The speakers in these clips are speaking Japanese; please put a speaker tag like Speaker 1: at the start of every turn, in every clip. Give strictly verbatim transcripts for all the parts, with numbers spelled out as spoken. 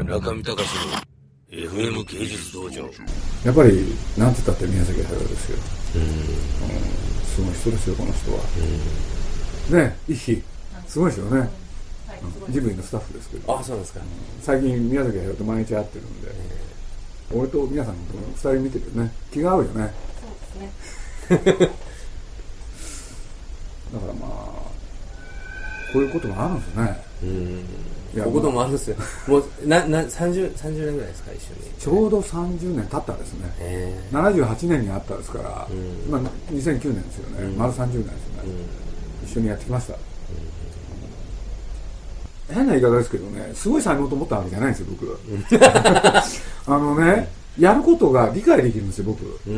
Speaker 1: 中見隆の エフエム 芸術道場。
Speaker 2: やっぱりなんて言ったって宮崎駿ですよ。
Speaker 1: うん、
Speaker 2: うん、すごい人ですよこの人は。うん、ね、一匹すごいですよね。うん、ジブリのスタッフですけど。
Speaker 1: あ、そうですか。
Speaker 2: 最近宮崎駿と毎日会ってるんで、うん、俺と皆さんのふたり見てるよね。気が合うよね。そうですね。だからまあこういうこともあるんですね。
Speaker 1: うん、いやこういうこともあるんですよ。もうななさんじゅう、さんじゅうねんぐらいですか、一緒に。
Speaker 2: ちょうどさんじゅうねん経ったんですね。えー、ななじゅうはちねんにあったですから、うん、まあ、にせんきゅうねんですよね。うん、丸さんじゅうねんですよね。うん、一緒にやってきました。うん、変な言い方ですけどね、すごい才能と思ったわけじゃないんですよ僕。あのね、やることが理解できるんですよ僕。うん、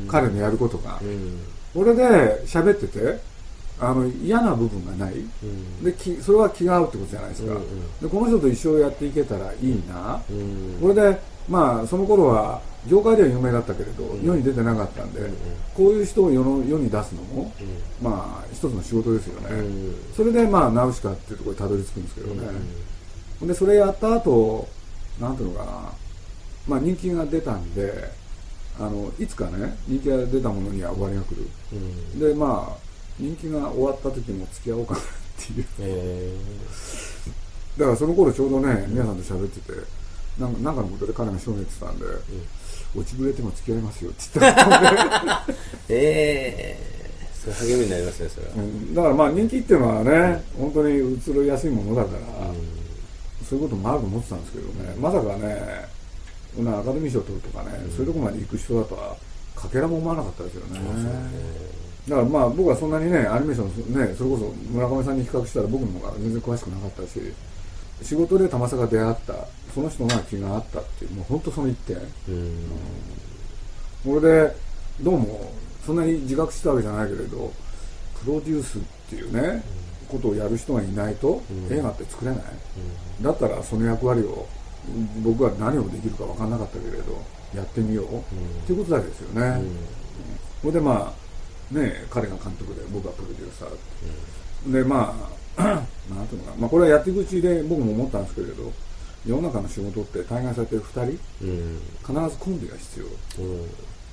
Speaker 2: 彼のやることが。うん、これで喋ってて。あの嫌な部分がない、うん、できそれは気が合うってことじゃないですか、うんうん、でこの人と一生やっていけたらいいな、うん、これでまあその頃は業界では有名だったけれど、うん、世に出てなかったんで、うん、こういう人を世の世に出すのも、うん、まあ一つの仕事ですよね、うん、それでまあナウシカっていうところにたどり着くんですけどね、うん、でそれやった後なんていうのかな、まあ人気が出たんであのいつかね人気が出たものには終わりが来る、うん、でまあ人気が終わった時も付き合おうかなっていう、えー、だからその頃ちょうどね、うん、皆さんと喋っててなんか、なんかのことで彼が証言してたんで、うん、落ちぶれても付き合いますよって言ってたんで
Speaker 1: ええー、それ励みになりますねそれは、
Speaker 2: うん、だからまあ人気っていうのはね、うん、本当に移りやすいものだから、うん、そういうこともあると思ってたんですけどね、まさかねアカデミー賞取るとかね、うん、そういうとこまで行く人だとはかけらも思わなかったですよね、だからまあ僕はそんなにねアニメーションねそれこそ村上さんに比較したら僕の方が全然詳しくなかったし、仕事でたまさか出会ったその人が気があったっていうもう本当その一点、うんうん、これでどうもそんなに自覚したわけじゃないけれどプロデュースっていうね、うん、ことをやる人がいないと、うん、映画って作れない、うん、だったらその役割を僕は何をできるか分からなかったけれどやってみよう、うん、っていうことだけですよね、うん、それでまあね、彼が監督で僕はプロデューサー、うん、でまあなんていうのかな、まあ、これはやっていくうちで僕も思ったんですけれど世の中の仕事って大概されてるふたり、うん、必ずコンビが必要、うん、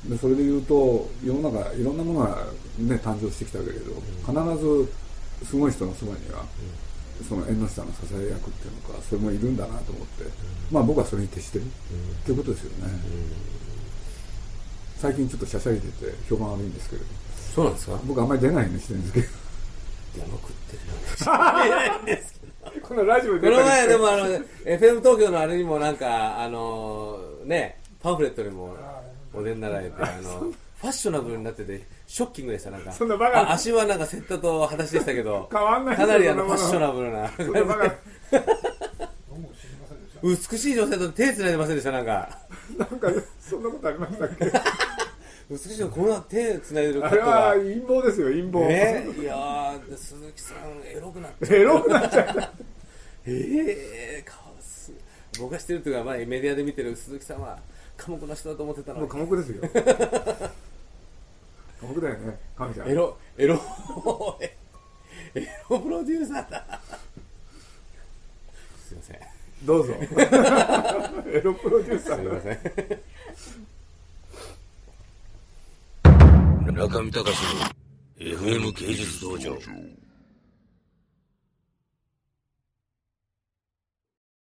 Speaker 2: でそれでいうと世の中いろんなものが、ね、誕生してきたけれど、うん、必ずすごい人のそばには、うん、その縁の下の支え役っていうのかそれもいるんだなと思って、うん、まあ僕はそれに徹してる、うん、っていうことですよね、うん、最近ちょっとしゃしゃり出て評判悪いんですけれど
Speaker 1: そうなんですか。
Speaker 2: 僕あんまり出ないようにしてるんですけど。
Speaker 1: 出まくってる。出ないんですけど。
Speaker 2: このラジオ
Speaker 1: で。この前でもあの エフエム 東京のあれにもなんかあのねパンフレットにもお出になられてあのファッショナブルになっててショッキングでしたなんか。
Speaker 2: そんなバカな。
Speaker 1: 足はなんかセットと裸足でしたけど。
Speaker 2: 変わんない。
Speaker 1: かなりあのファッショナブルな。そんなバカ。美しい女性と手繋いでませんでしたなんか。
Speaker 2: なんかそんなことありましたっけ。
Speaker 1: 美しいのこんな手つないでる
Speaker 2: あれは陰謀ですよ陰謀、
Speaker 1: えー、いやー鈴木さんエロくなっちゃう
Speaker 2: エロくなっちゃった
Speaker 1: ええー、かわす僕が知ってるというか、まあ、メディアで見てる鈴木さんは寡黙な人だと思ってたのに
Speaker 2: もう寡黙ですよ寡黙だよね神ちゃん
Speaker 1: エロエロエロプロデューサーだすいません
Speaker 2: どうぞエロプロデューサー
Speaker 1: すいません中見隆の エフエム 芸術道場。